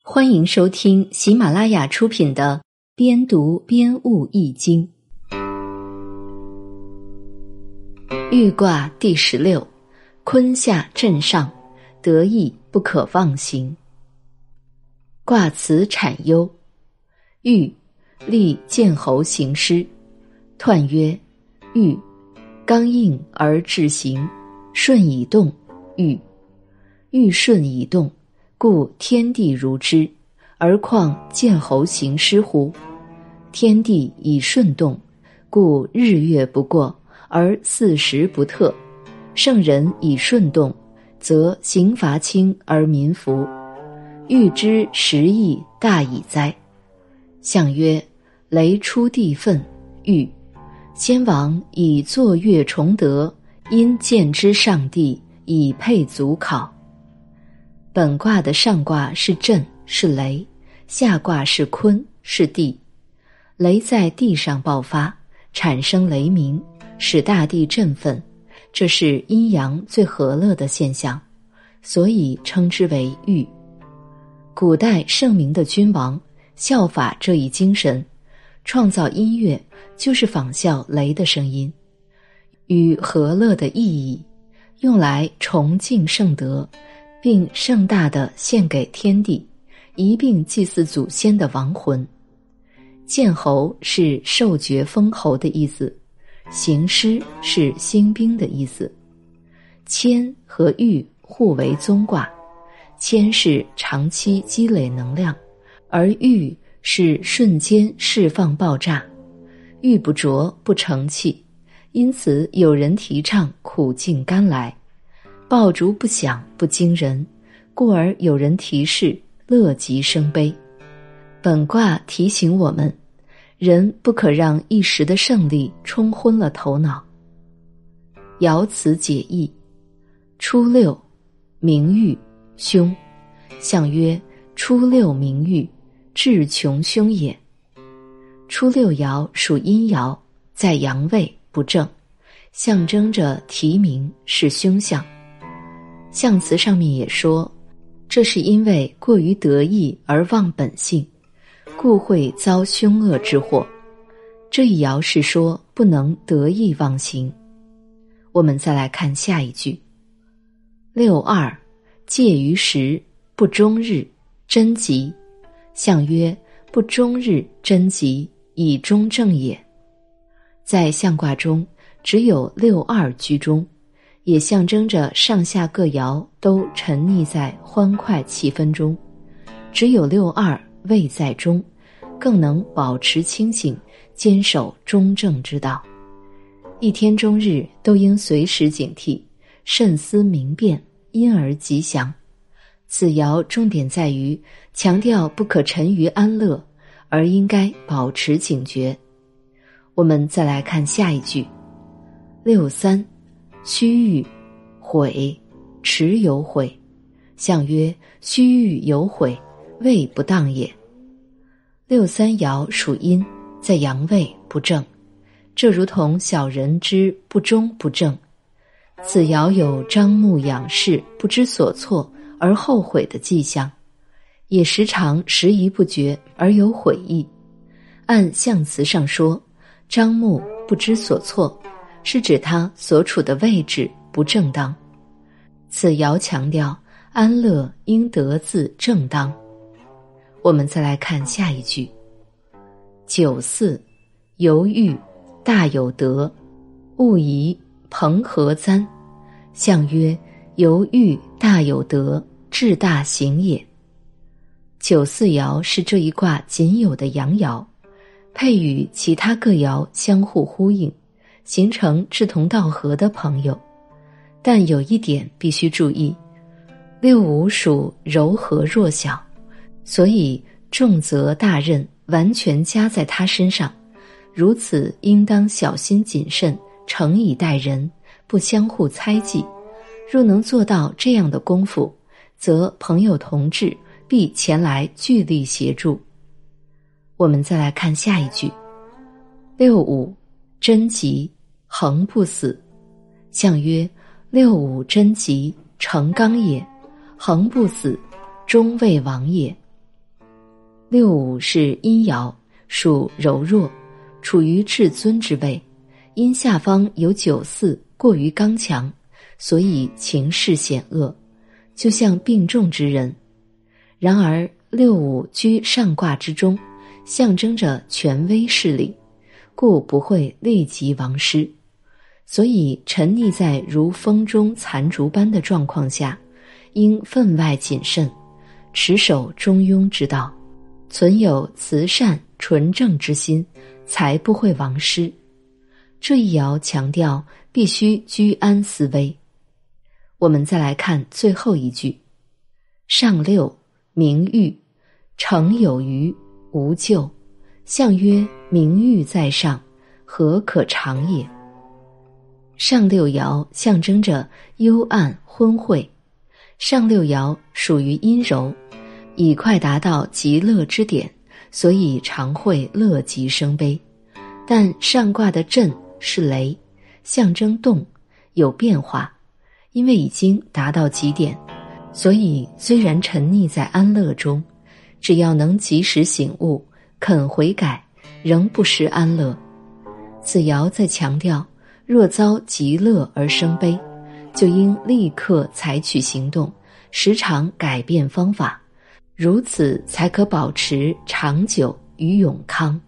欢迎收听喜马拉雅出品的边读边悟易经。豫卦第16，坤下震上，得意不可忘形。卦辞产忧。豫，立见侯行师。彖曰：豫，刚硬而志行，顺以动，豫。豫顺以动，故天地如之，而况见侯行师乎？天地以顺动，故日月不过，而四时不特。圣人以顺动，则刑罚轻而民服。欲之时亦大矣哉！象曰：雷出地愤，豫。先王以坐月崇德，因见之上帝，以配祖考。本卦的上卦是震，是雷；下卦是坤，是地。雷在地上爆发，产生雷鸣，使大地振奋，这是阴阳最和乐的现象，所以称之为豫。古代盛名的君王效法这一精神，创造音乐就是仿效雷的声音，与和乐的意义，用来崇敬圣德，并盛大地献给天地，一并祭祀祖先的亡魂。见侯是授爵封侯的意思，行师是兴兵的意思。谦和豫互为宗卦，谦是长期积累能量，而豫是瞬间释放爆炸。豫不浊不成器，因此有人提倡苦尽甘来，爆竹不响不惊人，故而有人提示乐极生悲。本卦提醒我们，人不可让一时的胜利冲昏了头脑。爻辞解义。初六，名誉，凶。象曰：初六名誉，至穷凶也。初六爻属阴爻，在阳位不正，象征着提名是凶象。象辞上面也说，这是因为过于得意而忘本性，故会遭凶恶之祸。这一爻是说不能得意忘形。我们再来看下一句。六二，介于时，不终日，贞吉。象曰：不终日，贞吉，以中正也。在象卦中，只有六二居中，也象征着上下各爻都沉溺在欢快气氛中，只有六二位在中，更能保持清醒，坚守中正之道。一天中日都应随时警惕，慎思明辨，因而吉祥。此爻重点在于强调不可沉于安乐，而应该保持警觉。我们再来看下一句。六三，须臾，悔，迟有悔。象曰：须臾有悔，位不当也。六三爻属阴，在阳位不正，这如同小人之不忠不正。此爻有张目仰视，不知所措而后悔的迹象，也时常迟疑不决而有悔意。按象辞上说，张目不知所措，是指他所处的位置不正当。此爻强调安乐应得自正当。我们再来看下一句。九四，犹豫，大有德，勿疑，朋和簪。象曰：犹豫，大有德，志大行也。九四爻是这一卦仅有的阳爻，配与其他各爻相互呼应，形成志同道合的朋友。但有一点必须注意，六五属柔和弱小，所以重责大任完全加在他身上，如此应当小心谨慎，诚以待人，不相互猜忌。若能做到这样的功夫，则朋友同志必前来聚力协助。我们再来看下一句。六五，贞吉，恒不死。象曰：六五贞吉，成刚也，恒不死，终未亡也。 六五是阴爻，属柔弱，处于至尊之位，因下方有九四过于刚强，所以情势险恶，就像病重之人。然而六五居上卦之中，象征着权威势力，故不会立即亡失。所以沉溺在如风中残烛般的状况下，应分外谨慎，持守中庸之道，存有慈善纯正之心，才不会亡失。这一爻强调必须居安思危。我们再来看最后一句：上六，名誉，成有余，无咎。象曰：名誉在上，何可长也？上六爻象征着幽暗昏晦，上六爻属于阴柔，已快达到极乐之点，所以常会乐极生悲。但上卦的震是雷，象征动，有变化，因为已经达到极点，所以虽然沉溺在安乐中，只要能及时醒悟，肯悔改，仍不失安乐。此爻在强调，若遭极乐而生悲，就应立刻采取行动，时常改变方法，如此才可保持长久与永康。